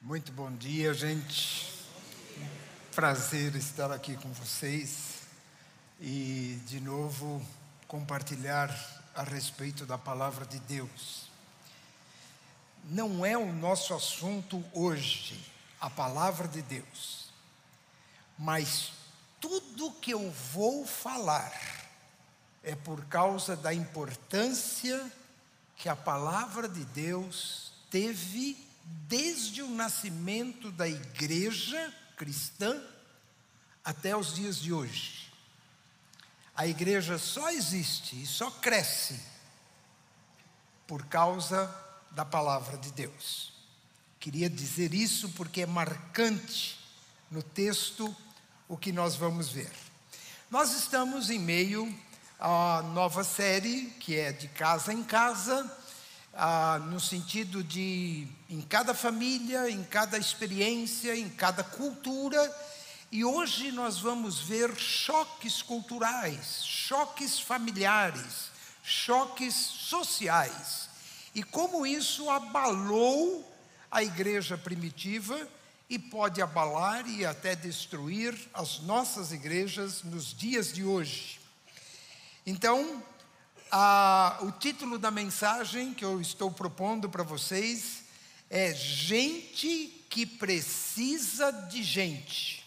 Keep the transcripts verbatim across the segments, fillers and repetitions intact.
Muito bom dia, gente. Prazer estar aqui com vocês e, de novo, compartilhar a respeito da palavra de Deus. Não é o nosso assunto hoje, a palavra de Deus, mas tudo que eu vou falar é por causa da importância que a palavra de Deus teve desde o nascimento da igreja cristã até os dias de hoje. A igreja só existe e só cresce por causa da palavra de Deus. Queria dizer isso porque é marcante no texto o que nós vamos ver. Nós estamos em meio à nova série que é de casa em casa, Ah, no sentido de, em cada família, em cada experiência, em cada cultura. E hoje nós vamos ver choques culturais, choques familiares, choques sociais. E como isso abalou a igreja primitiva e pode abalar e até destruir as nossas igrejas nos dias de hoje. Então, Ah, o título da mensagem que eu estou propondo para vocês é Gente que precisa de gente.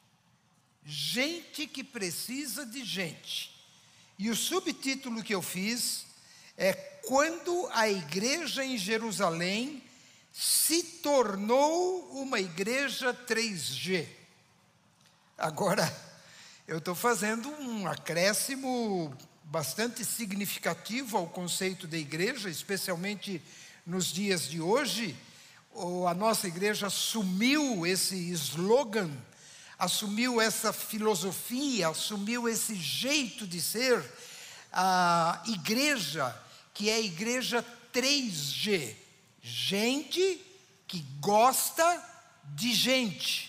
Gente que precisa de gente. E o subtítulo que eu fiz é Quando a igreja em Jerusalém se tornou uma igreja três G. Agora, eu estou fazendo um acréscimo bastante significativo ao conceito da igreja, especialmente nos dias de hoje. A nossa igreja assumiu esse slogan, assumiu essa filosofia, assumiu esse jeito de ser, a igreja que é a igreja três G, gente que gosta de gente,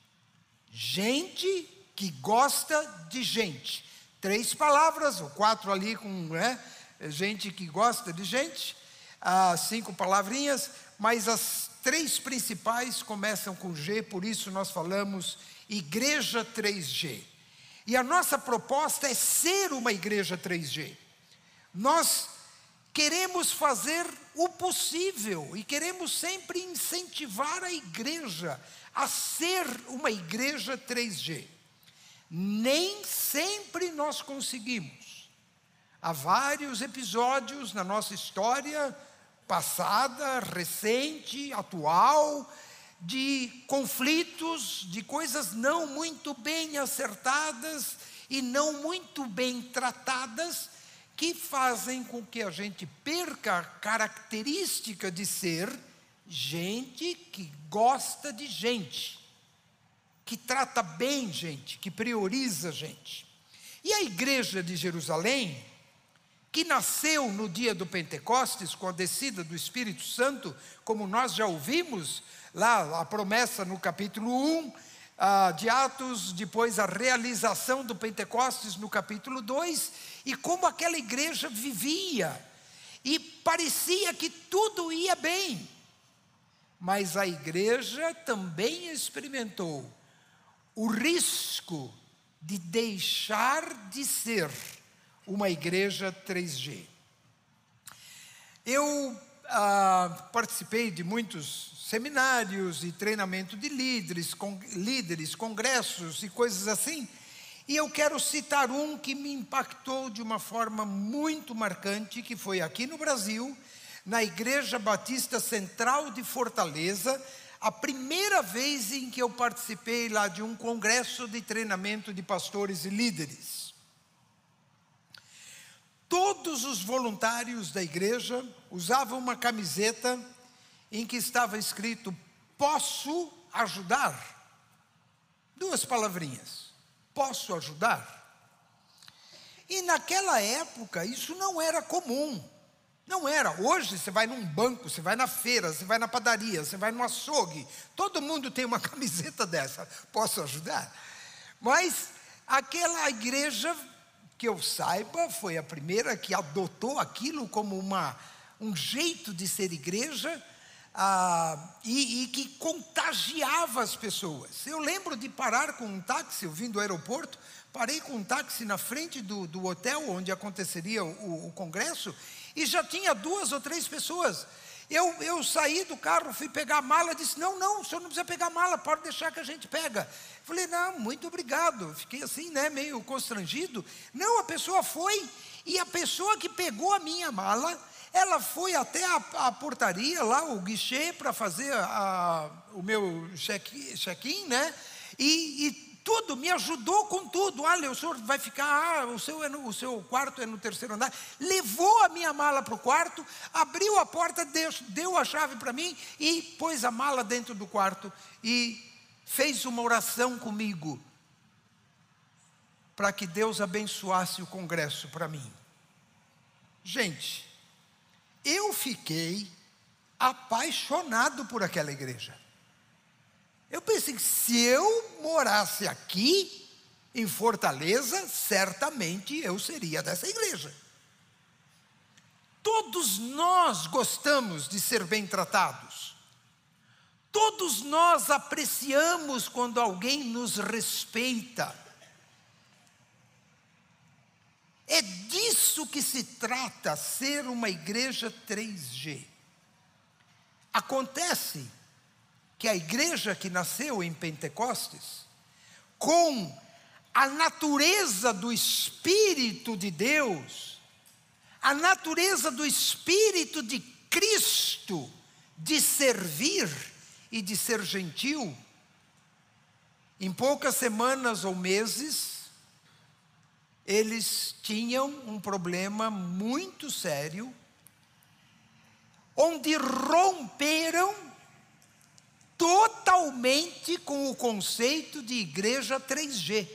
gente que gosta de gente. Três palavras, ou quatro ali com né, gente que gosta de gente, ah, cinco palavrinhas, mas as três principais começam com G, por isso nós falamos igreja três G. E a nossa proposta é ser uma igreja três G. Nós queremos fazer o possível e queremos sempre incentivar a igreja a ser uma igreja três G. Nem sempre nós conseguimos. Há vários episódios na nossa história passada, recente, atual, de conflitos, de coisas não muito bem acertadas e não muito bem tratadas, que fazem com que a gente perca a característica de ser gente que gosta de gente, que trata bem gente, que prioriza gente. E a igreja de Jerusalém, que nasceu no dia do Pentecostes, com a descida do Espírito Santo, como nós já ouvimos, lá a promessa no capítulo um ah, de Atos, depois a realização do Pentecostes no capítulo dois, e como aquela igreja vivia, e parecia que tudo ia bem, mas a igreja também experimentou o risco de deixar de ser uma igreja três G. Eu ah, participei de muitos seminários e treinamento de líderes, com, líderes, congressos e coisas assim, e eu quero citar um que me impactou de uma forma muito marcante, que foi aqui no Brasil, na Igreja Batista Central de Fortaleza, a primeira vez em que eu participei lá de um congresso de treinamento de pastores e líderes. Todos os voluntários da igreja usavam uma camiseta em que estava escrito, posso ajudar? Duas palavrinhas, posso ajudar? E naquela época isso não era comum. Não era. Hoje você vai num banco, você vai na feira, você vai na padaria, você vai no açougue. Todo mundo tem uma camiseta dessa. Posso ajudar? Mas aquela igreja, que eu saiba, foi a primeira que adotou aquilo como uma, um jeito de ser igreja. ah, e, e que contagiava as pessoas. Eu lembro de parar com um táxi, eu vim do aeroporto, parei com um táxi na frente do, do hotel onde aconteceria o, o congresso, e já tinha duas ou três pessoas. Eu, eu saí do carro, fui pegar a mala, disse, não, não, o senhor não precisa pegar a mala, pode deixar que a gente pega. Falei, não, muito obrigado. Fiquei assim, né, meio constrangido. Não, a pessoa foi, e a pessoa que pegou a minha mala, ela foi até a, a portaria lá, o guichê, para fazer a, o meu check-in, check né, e, e tudo, me ajudou com tudo. Olha, o senhor vai ficar, ah, o, seu é no, o seu quarto é no terceiro andar. Levou a minha mala para o quarto, abriu a porta, deu, deu a chave para mim e pôs a mala dentro do quarto e fez uma oração comigo para que Deus abençoasse o congresso para mim. Gente, eu fiquei apaixonado por aquela igreja. Eu pensei que se eu morasse aqui, em Fortaleza, certamente eu seria dessa igreja. Todos nós gostamos de ser bem tratados. Todos nós apreciamos quando alguém nos respeita. É disso que se trata ser uma igreja três G. Acontece que a igreja que nasceu em Pentecostes, com a natureza do Espírito de Deus, a natureza do Espírito de Cristo, de servir e de ser gentil, em poucas semanas ou meses, eles tinham um problema muito sério, onde romperam totalmente com o conceito de igreja três G.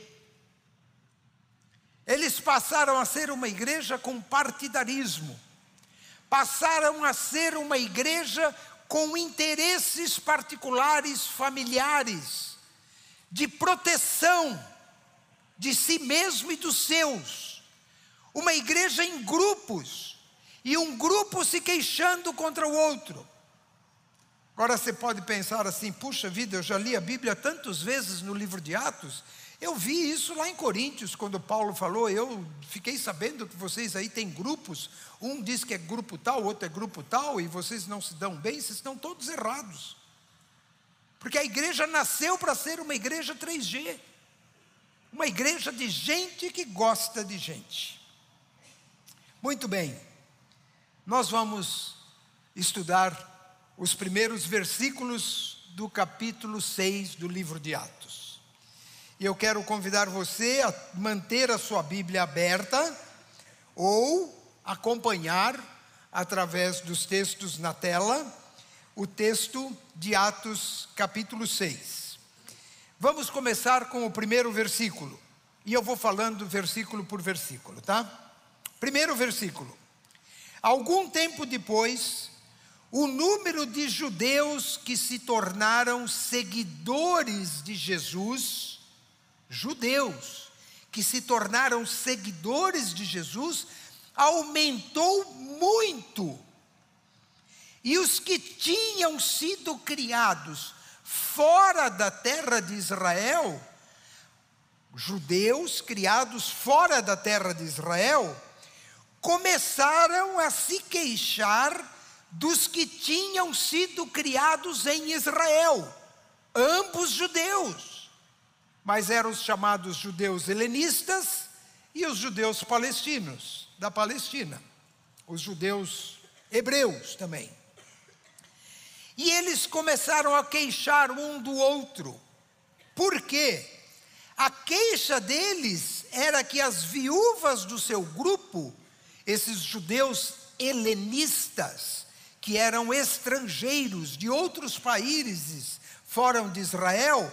Eles passaram a ser uma igreja com partidarismo, passaram a ser uma igreja com interesses particulares, familiares, de proteção de si mesmo e dos seus, uma igreja em grupos, e um grupo se queixando contra o outro. Agora você pode pensar assim, puxa vida, eu já li a Bíblia tantas vezes no livro de Atos, eu vi isso lá em Coríntios, quando Paulo falou, eu fiquei sabendo que vocês aí têm grupos, um diz que é grupo tal, outro é grupo tal, e vocês não se dão bem, vocês estão todos errados. Porque a igreja nasceu para ser uma igreja três G, uma igreja de gente que gosta de gente. Muito bem, nós vamos estudar os primeiros versículos do capítulo seis do livro de Atos. E eu quero convidar você a manter a sua Bíblia aberta ou acompanhar através dos textos na tela o texto de Atos capítulo seis. Vamos começar com o primeiro versículo. E eu vou falando versículo por versículo, tá? Primeiro versículo. Algum tempo depois, o número de judeus que se tornaram seguidores de Jesus, judeus que se tornaram seguidores de Jesus, aumentou muito. E os que tinham sido criados fora da terra de Israel, judeus criados fora da terra de Israel, começaram a se queixar dos que tinham sido criados em Israel, ambos judeus, mas eram os chamados judeus helenistas e os judeus palestinos, da Palestina, os judeus hebreus também. E eles começaram a queixar um do outro. Por quê? A queixa deles era que as viúvas do seu grupo, esses judeus helenistas, que eram estrangeiros de outros países fora de Israel,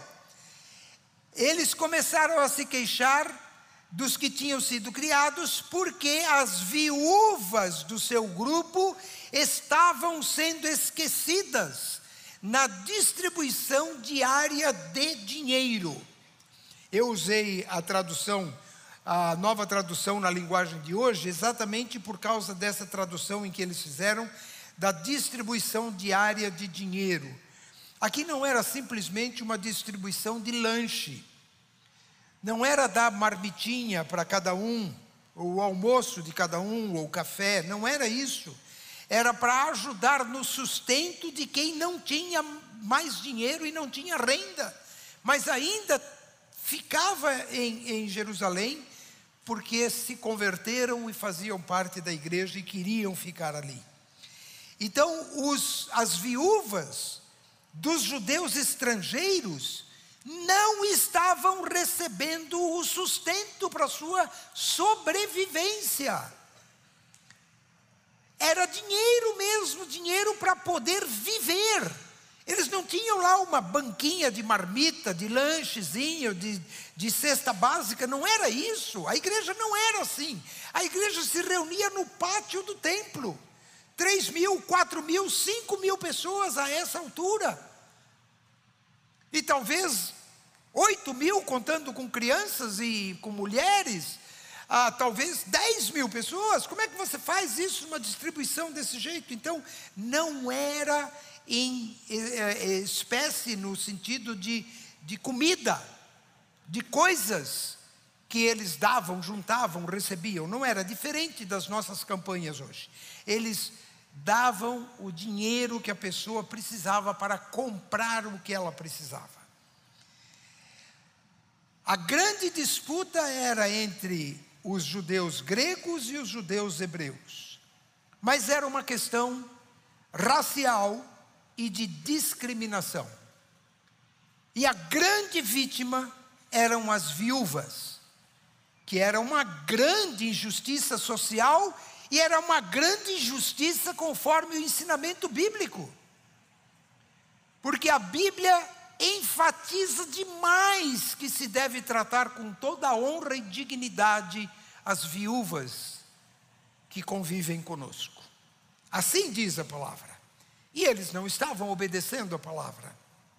eles começaram a se queixar dos que tinham sido criados, porque as viúvas do seu grupo estavam sendo esquecidas na distribuição diária de dinheiro. Eu usei a tradução, a nova tradução na linguagem de hoje, exatamente por causa dessa tradução em que eles fizeram da distribuição diária de dinheiro. Aqui não era simplesmente uma distribuição de lanche. Não era dar marmitinha para cada um, ou o almoço de cada um, ou o café. Não era isso. Era para ajudar no sustento de quem não tinha mais dinheiro e não tinha renda. Mas ainda ficava em, em Jerusalém, porque se converteram e faziam parte da igreja e queriam ficar ali. Então, os, as viúvas dos judeus estrangeiros não estavam recebendo o sustento para a sua sobrevivência. Era dinheiro mesmo, dinheiro para poder viver. Eles não tinham lá uma banquinha de marmita, de lanchezinho, de, de cesta básica, não era isso. A igreja não era assim. A igreja se reunia no pátio do templo. Três mil, quatro mil, cinco mil pessoas a essa altura. E talvez oito mil, contando com crianças e com mulheres, ah, talvez dez mil pessoas. Como é que você faz isso, uma distribuição desse jeito? Então, não era em espécie no sentido de, de comida, de coisas que eles davam, juntavam, recebiam. Não era diferente das nossas campanhas hoje. Eles davam o dinheiro que a pessoa precisava para comprar o que ela precisava. A grande disputa era entre os judeus gregos e os judeus hebreus. Mas era uma questão racial e de discriminação. E a grande vítima eram as viúvas, que era uma grande injustiça social e era uma grande injustiça conforme o ensinamento bíblico. Porque a Bíblia enfatiza demais que se deve tratar com toda a honra e dignidade as viúvas que convivem conosco. Assim diz a palavra. E eles não estavam obedecendo a palavra.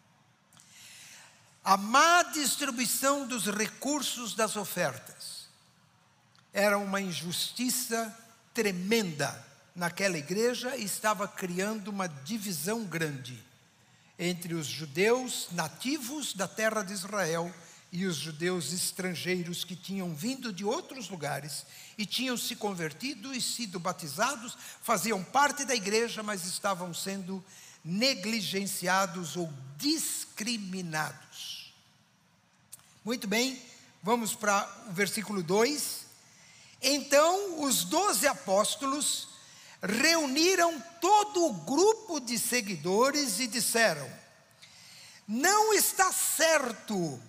A má distribuição dos recursos das ofertas era uma injustiça tremenda naquela igreja e estava criando uma divisão grande entre os judeus nativos da terra de Israel e os judeus estrangeiros que tinham vindo de outros lugares e tinham se convertido e sido batizados, faziam parte da igreja, mas estavam sendo negligenciados ou discriminados. Muito bem, vamos para o versículo dois. Então os doze apóstolos reuniram todo o grupo de seguidores e disseram: não está certo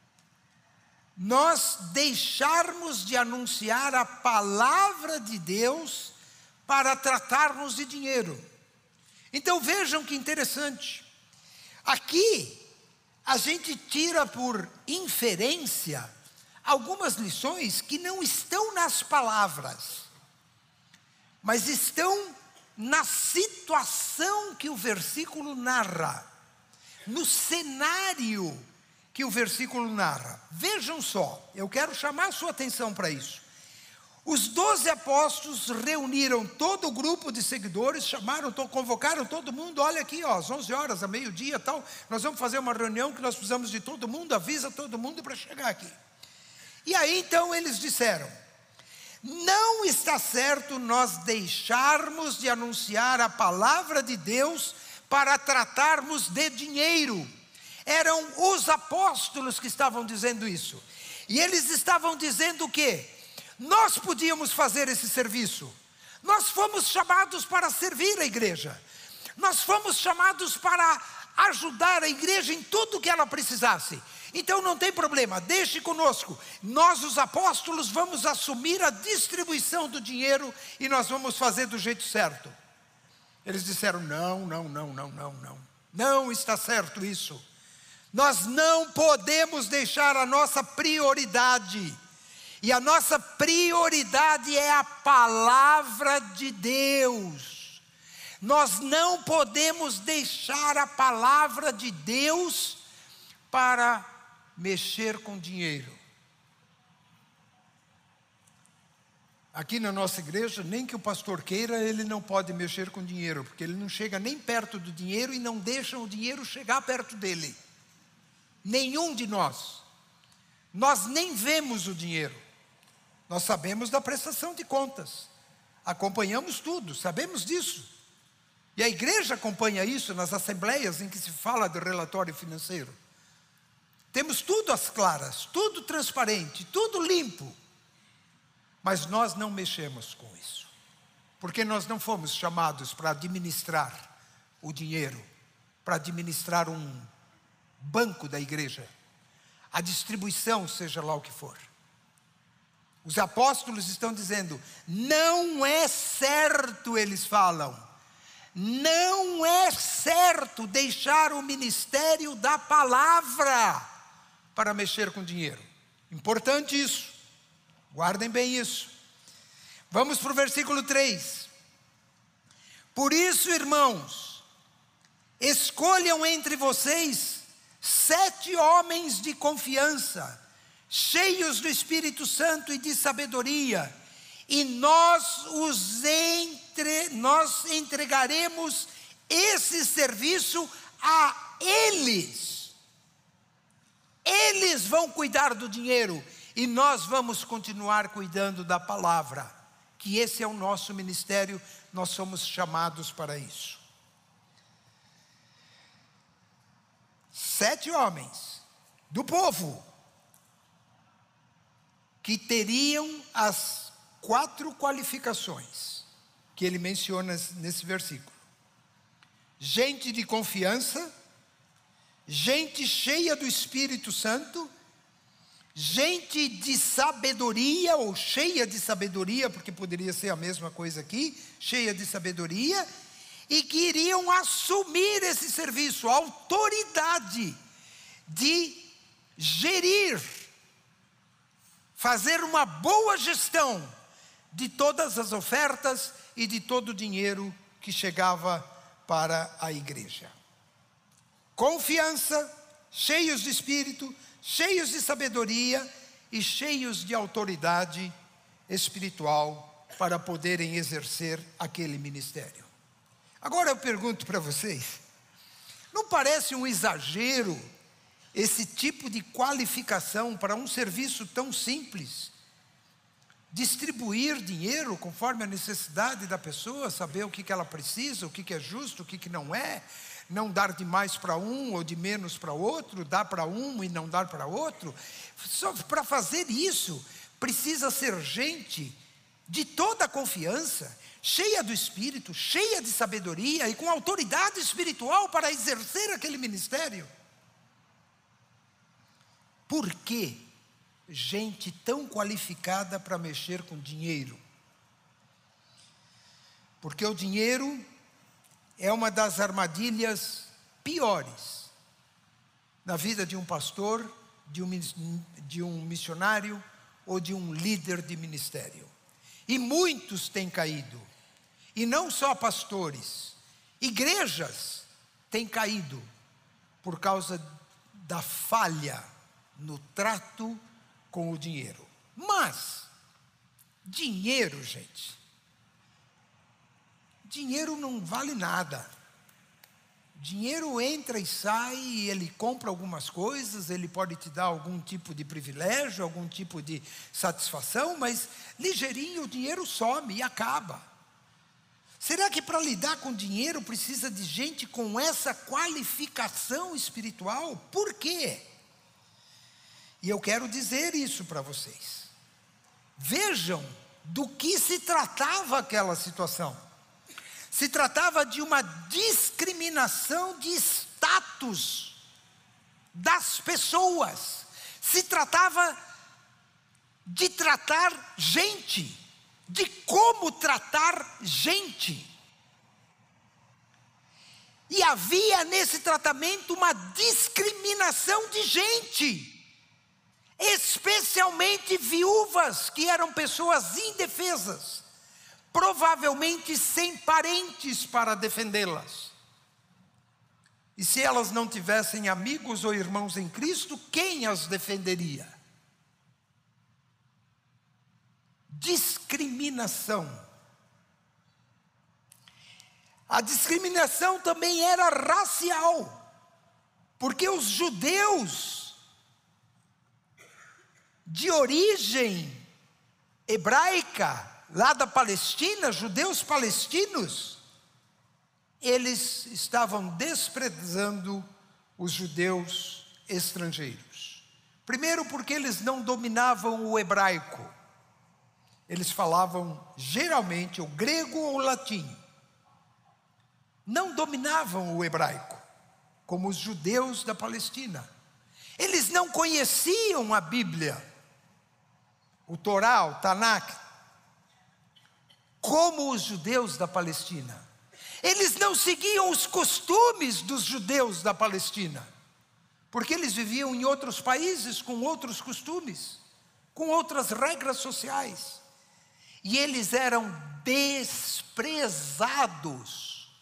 nós deixarmos de anunciar a palavra de Deus para tratarmos de dinheiro. Então vejam que interessante. Aqui a gente tira por inferência algumas lições que não estão nas palavras, mas estão na situação que o versículo narra, no cenário que o versículo narra. Vejam só, eu quero chamar a sua atenção para isso. Os doze apóstolos reuniram todo o grupo de seguidores, chamaram, convocaram todo mundo. Olha aqui, ó, às onze horas, a meio-dia tal, nós vamos fazer uma reunião que nós precisamos de todo mundo, avisa todo mundo para chegar aqui. E aí então eles disseram: não está certo nós deixarmos de anunciar a palavra de Deus para tratarmos de dinheiro. Eram os apóstolos que estavam dizendo isso. E eles estavam dizendo o quê? Nós podíamos fazer esse serviço. Nós fomos chamados para servir a igreja. Nós fomos chamados para ajudar a igreja em tudo que ela precisasse. Então não tem problema, deixe conosco. Nós, os apóstolos, vamos assumir a distribuição do dinheiro e nós vamos fazer do jeito certo. Eles disseram: não, não, não, não, não, não. Não está certo isso. Nós não podemos deixar a nossa prioridade. E a nossa prioridade é a palavra de Deus. Nós não podemos deixar a palavra de Deus para mexer com dinheiro. aqui na nossa igreja, nem que o pastor queira, ele não pode mexer com dinheiro, porque ele não chega nem perto do dinheiro e não deixa o dinheiro chegar perto dele. Nenhum de nós. Nós nem vemos o dinheiro. Nós sabemos da prestação de contas. Acompanhamos tudo, sabemos disso. E a igreja acompanha isso nas assembleias em que se fala do relatório financeiro. Temos tudo às claras, tudo transparente, tudo limpo. Mas nós não mexemos com isso. Porque nós não fomos chamados para administrar o dinheiro, para administrar um banco da igreja. A distribuição, seja lá o que for. Os apóstolos estão dizendo, não é certo, eles falam, não é certo deixar o ministério da palavra para mexer com dinheiro. Importante isso, guardem bem isso. Vamos para o versículo três. Por isso, irmãos, escolham entre vocês sete homens de confiança, cheios do Espírito Santo e de sabedoria, e nós os entre, nós entregaremos esse serviço a eles. Eles vão cuidar do dinheiro e nós vamos continuar cuidando da palavra, que esse é o nosso ministério, nós somos chamados para isso. Sete homens do povo que teriam as quatro qualificações que ele menciona nesse versículo. Gente de confiança, gente cheia do Espírito Santo, gente de sabedoria, ou cheia de sabedoria, porque poderia ser a mesma coisa aqui, cheia de sabedoria, e que iriam assumir esse serviço, a autoridade de gerir, fazer uma boa gestão de todas as ofertas e de todo o dinheiro que chegava para a igreja. Confiança, cheios de espírito, cheios de sabedoria e cheios de autoridade espiritual para poderem exercer aquele ministério. Agora eu pergunto para vocês, não parece um exagero esse tipo de qualificação para um serviço tão simples? Distribuir dinheiro conforme a necessidade da pessoa, saber o que, que ela precisa, o que, que é justo, o que, que não é, não dar de mais para um ou de menos para outro, dar para um e não dar para outro. Só para fazer isso, precisa ser gente de toda a confiança, cheia do Espírito, cheia de sabedoria e com autoridade espiritual para exercer aquele ministério. Por que gente tão qualificada para mexer com dinheiro? Porque o dinheiro é uma das armadilhas piores na vida de um pastor, de um, de um missionário ou de um líder de ministério. E muitos têm caído, e não só pastores, igrejas têm caído por causa da falha no trato com o dinheiro. Mas, dinheiro, gente, dinheiro não vale nada. Dinheiro entra e sai, e ele compra algumas coisas, ele pode te dar algum tipo de privilégio, algum tipo de satisfação, mas ligeirinho o dinheiro some e acaba. Será que para lidar com dinheiro precisa de gente com essa qualificação espiritual? Por quê? E eu quero dizer isso para vocês. Vejam do que se tratava aquela situação. Se tratava de uma discriminação de status das pessoas. Se tratava de tratar gente, de como tratar gente. E havia nesse tratamento uma discriminação de gente, especialmente viúvas, que eram pessoas indefesas, provavelmente sem parentes para defendê-las. E se elas não tivessem amigos ou irmãos em Cristo, quem as defenderia? discriminação. A discriminação também era racial, porque os judeus de origem hebraica, lá da Palestina, judeus palestinos, eles estavam desprezando os judeus estrangeiros. Primeiro porque eles não dominavam o hebraico. Eles falavam geralmente o grego ou o latim. Não dominavam o hebraico, como os judeus da Palestina. Eles não conheciam a Bíblia, o Torá, o Tanakh, como os judeus da Palestina. Eles não seguiam os costumes dos judeus da Palestina, porque eles viviam em outros países com outros costumes, com outras regras sociais. E eles eram desprezados,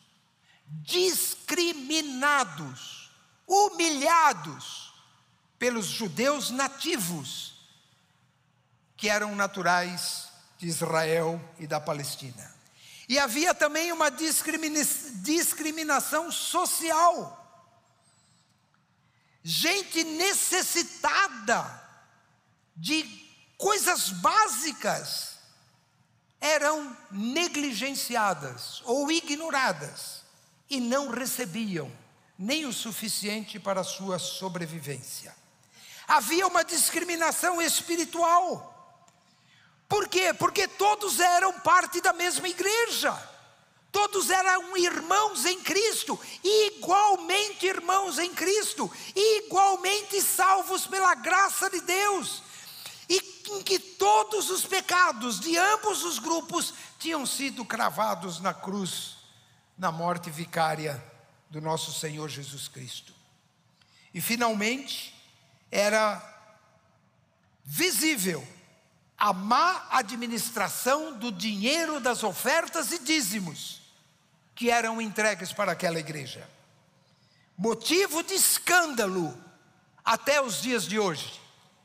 discriminados, humilhados pelos judeus nativos, que eram naturais de Israel e da Palestina. E havia também uma discrimina- discriminação social. Gente necessitada de coisas básicas eram negligenciadas ou ignoradas e não recebiam nem o suficiente para a sua sobrevivência. Havia uma discriminação espiritual. Por quê? Porque todos eram parte da mesma igreja. Todos eram irmãos em Cristo, igualmente irmãos em Cristo, igualmente salvos pela graça de Deus. E em que todos os pecados de ambos os grupos tinham sido cravados na cruz, na morte vicária do nosso Senhor Jesus Cristo. E finalmente, era visível a má administração do dinheiro das ofertas e dízimos que eram entregues para aquela igreja. Motivo de escândalo até os dias de hoje.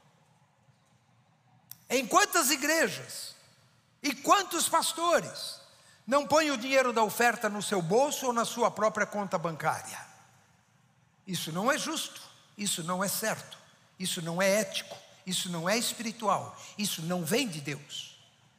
Em quantas igrejas e quantos pastores não põem o dinheiro da oferta no seu bolso ou na sua própria conta bancária? Isso não é justo, isso não é certo, isso não é ético. Isso não é espiritual, isso não vem de Deus.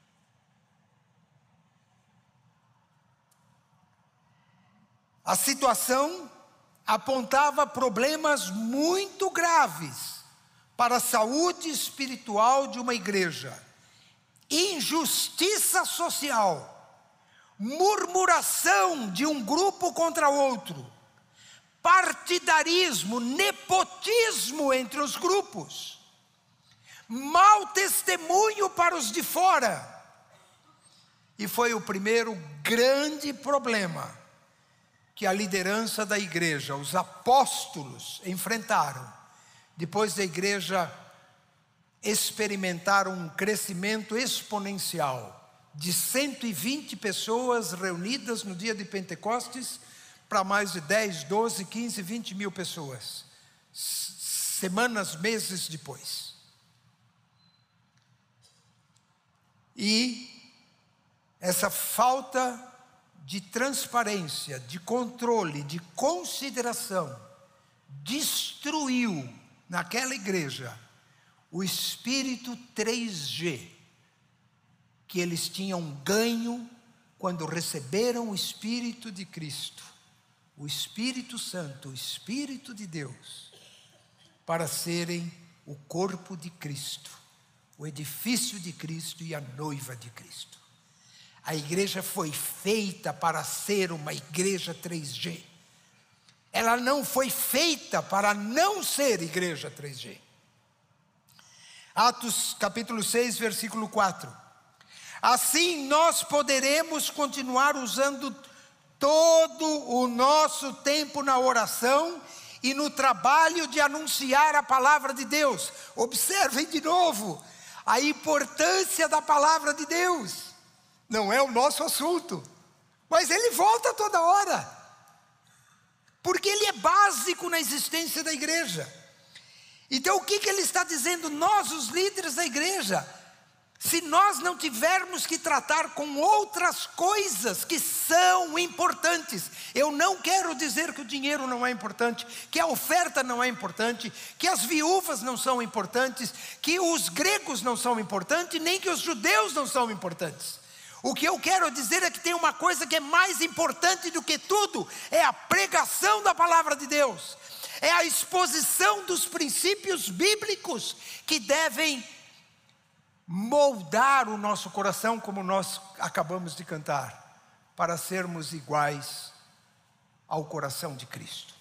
A situação apontava problemas muito graves para a saúde espiritual de uma igreja. Injustiça social, murmuração de um grupo contra outro, partidarismo, nepotismo entre os grupos, mau testemunho para os de fora. E foi o primeiro grande problema que a liderança da igreja, os apóstolos, enfrentaram, depois da igreja experimentar um crescimento exponencial, de cento e vinte pessoas reunidas no dia de Pentecostes, para mais de dez, doze, quinze, vinte mil pessoas, semanas, meses depois. E essa falta de transparência, de controle, de consideração, destruiu naquela igreja o espírito três G, que eles tinham ganho quando receberam o Espírito de Cristo, o Espírito Santo, o Espírito de Deus, para serem o corpo de Cristo, o edifício de Cristo e a noiva de Cristo. A igreja foi feita para ser uma igreja três G. Ela não foi feita para não ser igreja três G. Atos capítulo seis, versículo quatro. Assim nós poderemos continuar usando todo o nosso tempo na oração e no trabalho de anunciar a palavra de Deus. Observem de novo a importância da palavra de Deus. Não é o nosso assunto, mas ele volta toda hora, porque ele é básico na existência da igreja. Então o que, que ele está dizendo? Nós, os líderes da igreja, se nós não tivermos que tratar com outras coisas que são importantes. Eu não quero dizer que o dinheiro não é importante, que a oferta não é importante, que as viúvas não são importantes, que os gregos não são importantes, nem que os judeus não são importantes. O que eu quero dizer é que tem uma coisa que é mais importante do que tudo, é a pregação da palavra de Deus, é a exposição dos princípios bíblicos que devem moldar o nosso coração, como nós acabamos de cantar, para sermos iguais ao coração de Cristo.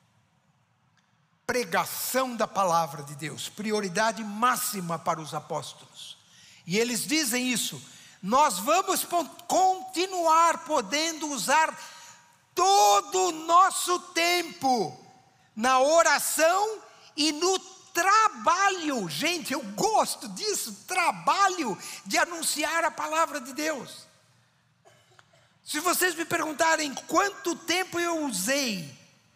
Pregação da palavra de Deus, prioridade máxima para os apóstolos. E eles dizem isso: nós vamos continuar podendo usar todo o nosso tempo na oração e no trabalho. Gente, eu gosto disso, trabalho de anunciar a palavra de Deus. Se vocês me perguntarem quanto tempo eu usei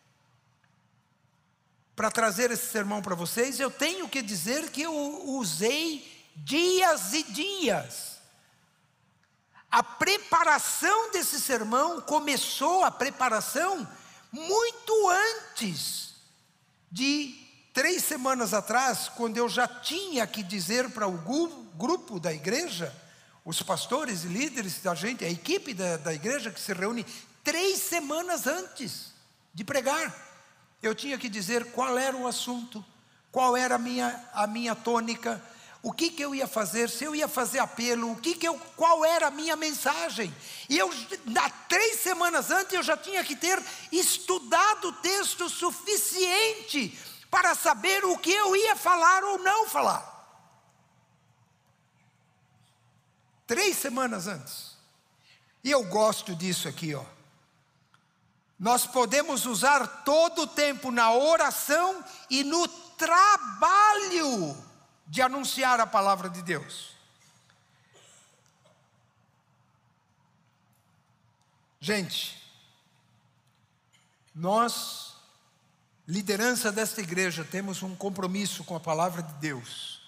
para trazer esse sermão para vocês, eu tenho que dizer que eu usei dias e dias. A preparação desse sermão começou, a preparação, muito antes de três semanas atrás, quando eu já tinha que dizer para o grupo da igreja, os pastores e líderes da gente, a equipe da, da igreja que se reúne três semanas antes de pregar, eu tinha que dizer qual era o assunto, qual era a minha, a minha tônica, o que, que eu ia fazer, se eu ia fazer apelo, o que que eu, qual era a minha mensagem. E eu, há três semanas antes, eu já tinha que ter estudado o texto suficiente para saber o que eu ia falar ou não falar. Três semanas antes. E eu gosto disso aqui, ó. Nós podemos usar todo o tempo na oração e no trabalho de anunciar a palavra de Deus. Gente, nós, liderança desta igreja, temos um compromisso com a palavra de Deus,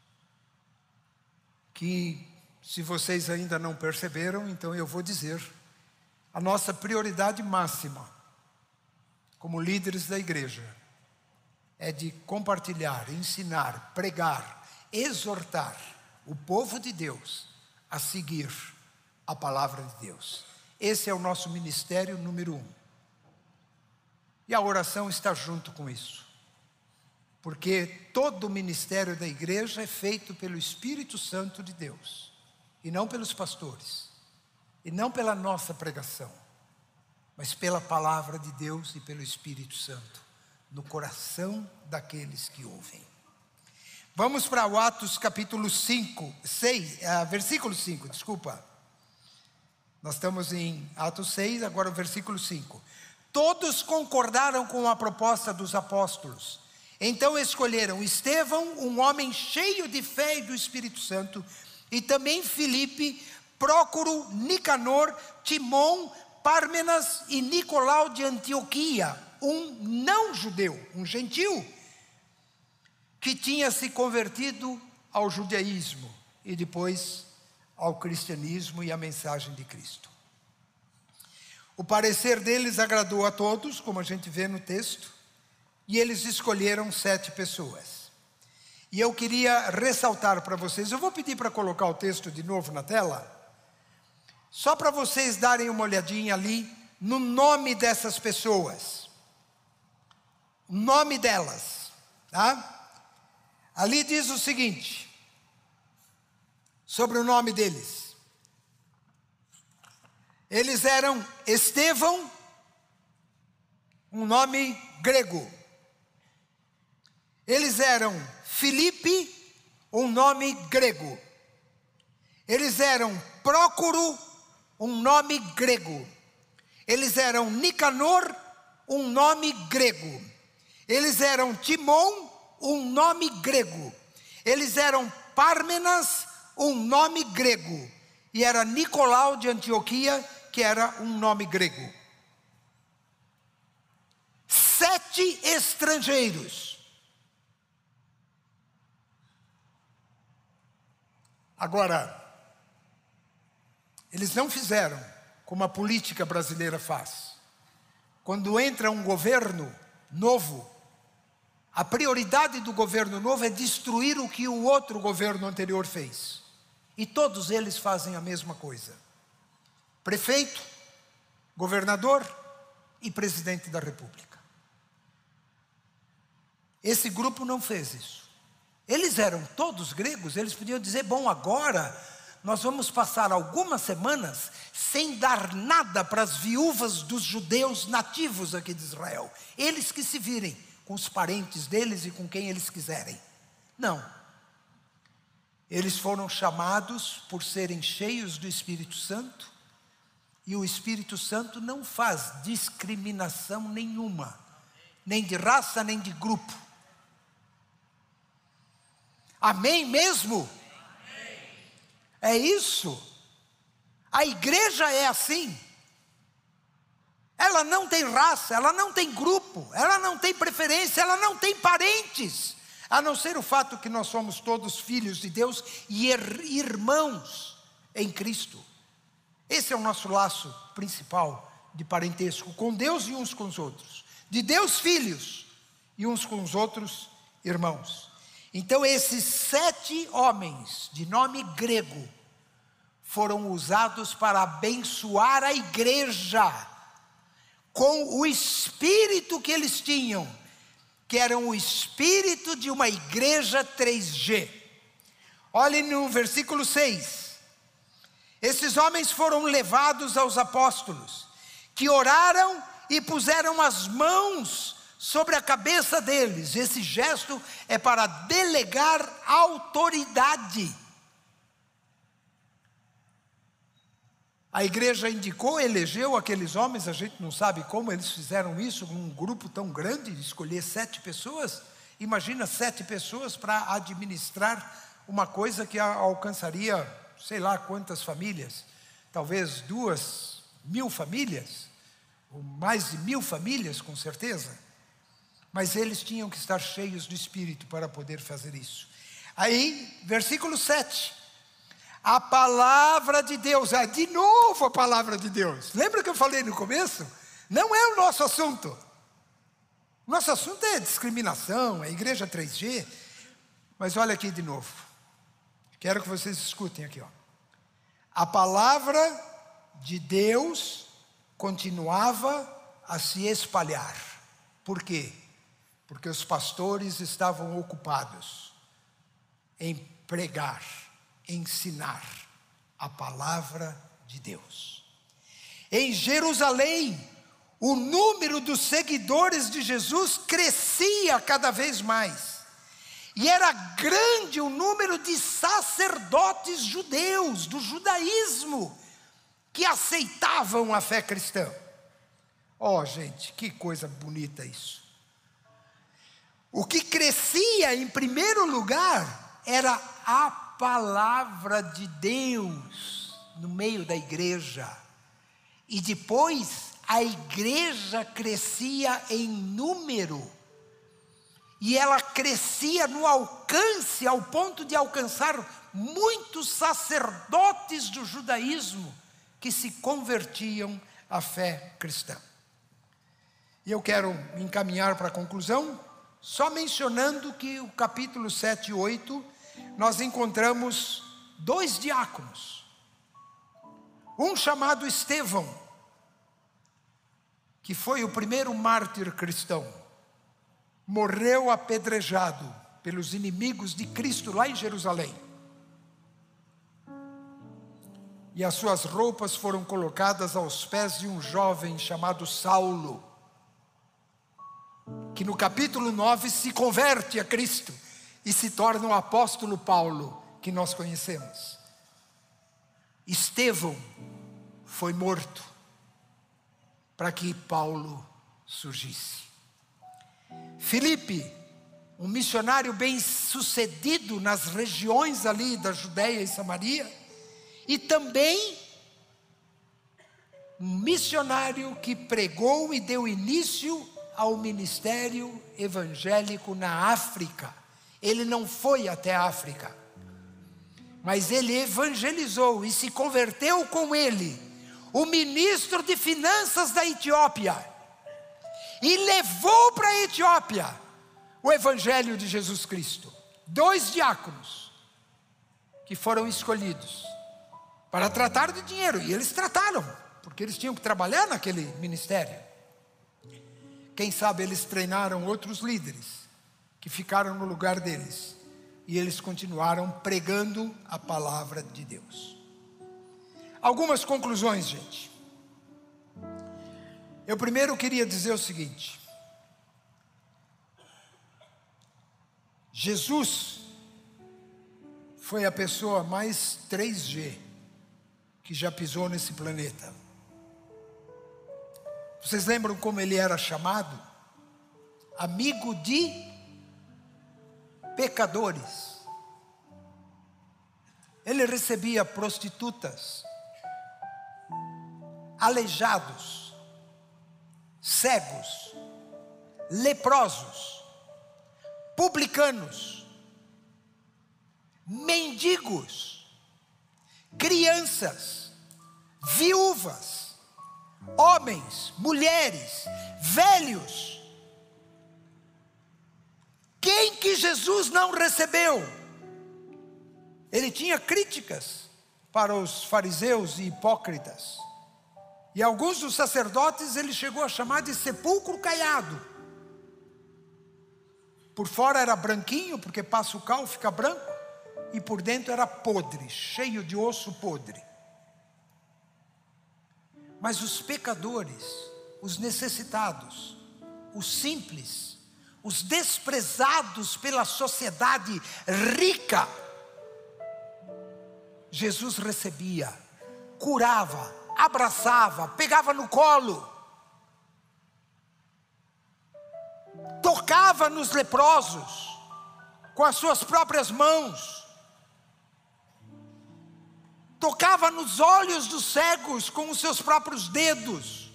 que, se vocês ainda não perceberam, então eu vou dizer, a nossa prioridade máxima, como líderes da igreja, é de compartilhar, ensinar, pregar, exortar o povo de Deus a seguir a palavra de Deus. Esse é o nosso ministério número um. E a oração está junto com isso. Porque todo o ministério da igreja é feito pelo Espírito Santo de Deus. E não pelos pastores. E não pela nossa pregação. Mas pela palavra de Deus e pelo Espírito Santo. No coração daqueles que ouvem. Vamos para o Atos capítulo cinco, seis, uh, versículo cinco, desculpa. Nós estamos em Atos seis, agora o versículo cinco. Todos concordaram com a proposta dos apóstolos. Então escolheram Estevão, um homem cheio de fé e do Espírito Santo, e também Filipe, Prócoro, Nicanor, Timon, Pármenas e Nicolau de Antioquia, um não-judeu, um gentil, que tinha se convertido ao judaísmo e depois ao cristianismo e à mensagem de Cristo. O parecer deles agradou a todos, como a gente vê no texto, e eles escolheram sete pessoas. E eu queria ressaltar para vocês, eu vou pedir para colocar o texto de novo na tela, só para vocês darem uma olhadinha ali no nome dessas pessoas. O nome delas, tá? Ali diz o seguinte, sobre o nome deles. Eles eram Estevão, um nome grego. Eles eram Filipe, um nome grego. Eles eram Prócoro, um nome grego. Eles eram Nicanor, um nome grego. Eles eram Timon, um nome grego. Eles eram Pármenas, um nome grego. E era Nicolau de Antioquia, que era um nome grego. Sete estrangeiros. Agora, eles não fizeram como a política brasileira faz. Quando entra um governo novo, a prioridade do governo novo é destruir o que o outro governo anterior fez. E todos eles fazem a mesma coisa. Prefeito, governador e presidente da República. Esse grupo não fez isso. Eles eram todos gregos, eles podiam dizer, bom, agora nós vamos passar algumas semanas sem dar nada para as viúvas dos judeus nativos aqui de Israel. Eles que se virem com os parentes deles e com quem eles quiserem. Não. Eles foram chamados por serem cheios do Espírito Santo, e o Espírito Santo não faz discriminação nenhuma, nem de raça, nem de grupo. Amém mesmo? É isso. A igreja é assim. Ela não tem raça, ela não tem grupo, ela não tem preferência, ela não tem parentes, a não ser o fato que nós somos todos filhos de Deus e irmãos em Cristo. Esse é o nosso laço principal de parentesco com Deus e uns com os outros. De Deus, filhos, e uns com os outros, irmãos. Então esses sete homens, de nome grego, foram usados para abençoar a igreja, com o espírito que eles tinham, que era o espírito de uma igreja três G. Olhem no versículo seis. Esses homens foram levados aos apóstolos, que oraram e puseram as mãos sobre a cabeça deles. Esse gesto é para delegar autoridade. A igreja indicou, elegeu aqueles homens, a gente não sabe como eles fizeram isso, com um grupo tão grande, escolher sete pessoas. Imagina sete pessoas para administrar uma coisa que alcançaria, sei lá quantas famílias, talvez duas mil famílias, ou mais de mil famílias com certeza. Mas eles tinham que estar cheios do Espírito para poder fazer isso. Aí, versículo sete. A palavra de Deus, é de novo a palavra de Deus. Lembra que eu falei no começo? Não é o nosso assunto. Nosso assunto é discriminação, é igreja três G. Mas olha aqui de novo. Quero que vocês escutem aqui, ó. A palavra de Deus continuava a se espalhar. Por quê? Porque os pastores estavam ocupados em pregar, ensinar a palavra de Deus. Em Jerusalém, o número dos seguidores de Jesus crescia cada vez mais. E era grande o número de sacerdotes judeus, do judaísmo, que aceitavam a fé cristã. Oh, gente, que coisa bonita isso. O que crescia em primeiro lugar era a palavra de Deus no meio da igreja. E depois a igreja crescia em número. E ela crescia no alcance, ao ponto de alcançar muitos sacerdotes do judaísmo que se convertiam à fé cristã. E eu quero me encaminhar para a conclusão, só mencionando que o capítulo sete e oito, nós encontramos dois diáconos. Um chamado Estevão, que foi o primeiro mártir cristão. Morreu apedrejado pelos inimigos de Cristo lá em Jerusalém. E as suas roupas foram colocadas aos pés de um jovem chamado Saulo, que no capítulo nove se converte a Cristo e se torna o apóstolo Paulo, que nós conhecemos. Estevão foi morto para que Paulo surgisse. Filipe, um missionário bem sucedido nas regiões ali da Judéia e Samaria, e também um missionário que pregou e deu início ao ministério evangélico na África. Ele não foi até a África, mas ele evangelizou e se converteu com ele o ministro de finanças da Etiópia, e levou para a Etiópia o evangelho de Jesus Cristo. Dois diáconos que foram escolhidos para tratar de dinheiro, e eles trataram, porque eles tinham que trabalhar naquele ministério. Quem sabe eles treinaram outros líderes que ficaram no lugar deles, e eles continuaram pregando a palavra de Deus. Algumas conclusões, gente. Eu primeiro queria dizer o seguinte: Jesus foi a pessoa mais três G que já pisou nesse planeta. Vocês lembram como ele era chamado? Amigo de pecadores. Ele recebia prostitutas, aleijados, cegos, leprosos, publicanos, mendigos, crianças, viúvas, homens, mulheres, velhos. Quem que Jesus não recebeu? Ele tinha críticas para os fariseus e hipócritas, e alguns dos sacerdotes ele chegou a chamar de sepulcro caiado. Por fora era branquinho, porque passa o cal, fica branco, e por dentro era podre, cheio de osso podre. Mas os pecadores, os necessitados, os simples, os desprezados pela sociedade rica, Jesus recebia, curava, abraçava, pegava no colo, tocava nos leprosos com as suas próprias mãos, tocava nos olhos dos cegos com os seus próprios dedos.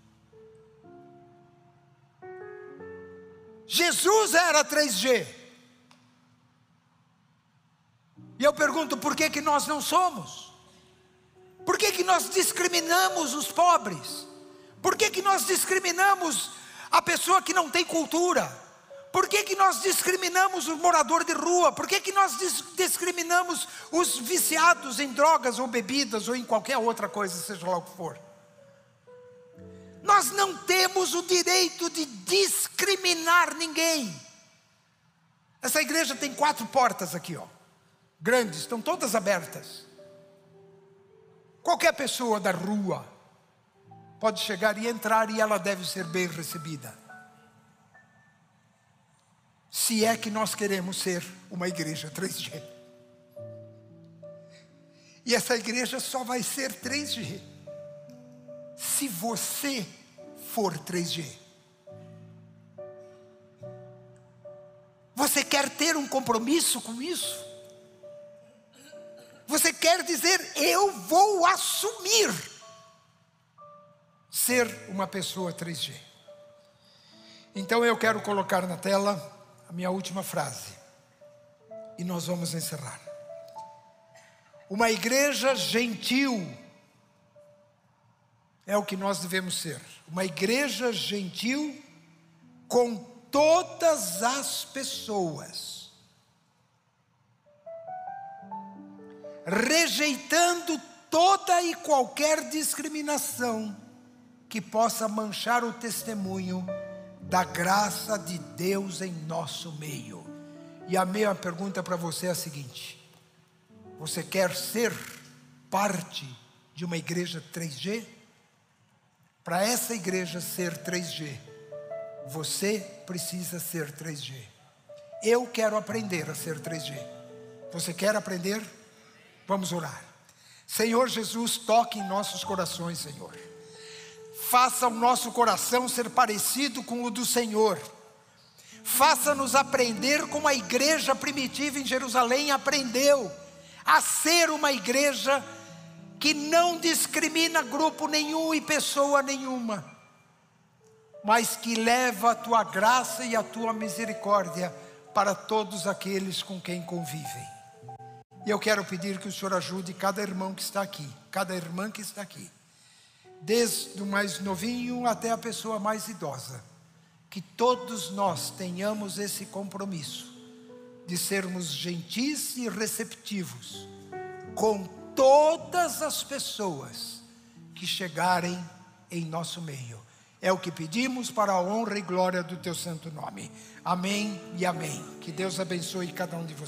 Jesus era três G. E eu pergunto, por que que nós não somos? Por que que nós discriminamos os pobres? Por que que nós discriminamos a pessoa que não tem cultura? Por que que nós discriminamos o morador de rua? Por que que nós discriminamos os viciados em drogas ou bebidas ou em qualquer outra coisa, seja lá o que for? Nós não temos o direito de discriminar ninguém. Essa igreja tem quatro portas aqui, ó, grandes, estão todas abertas. Qualquer pessoa da rua pode chegar e entrar, e ela deve ser bem recebida. Se é que nós queremos ser uma igreja três G. E essa igreja só vai ser três G se você for três G. Você quer ter um compromisso com isso? Você quer dizer, eu vou assumir ser uma pessoa três G. Então eu quero colocar na tela a minha última frase, e nós vamos encerrar. Uma igreja gentil é o que nós devemos ser. Uma igreja gentil com todas as pessoas, rejeitando toda e qualquer discriminação que possa manchar o testemunho da graça de Deus em nosso meio. E a minha pergunta para você é a seguinte: você quer ser parte de uma igreja três G? Para essa igreja ser três G, você precisa ser três G. Eu quero aprender a ser três G. Você quer aprender? Vamos orar. Senhor Jesus, toque em nossos corações, Senhor. Faça o nosso coração ser parecido com o do Senhor. Faça-nos aprender como a igreja primitiva em Jerusalém aprendeu a ser uma igreja que não discrimina grupo nenhum e pessoa nenhuma, mas que leva a tua graça e a tua misericórdia para todos aqueles com quem convivem. E eu quero pedir que o Senhor ajude cada irmão que está aqui, cada irmã que está aqui, desde o mais novinho até a pessoa mais idosa, que todos nós tenhamos esse compromisso de sermos gentis e receptivos com todas as pessoas que chegarem em nosso meio. É o que pedimos para a honra e glória do teu santo nome. Amém e amém. Que Deus abençoe cada um de vocês.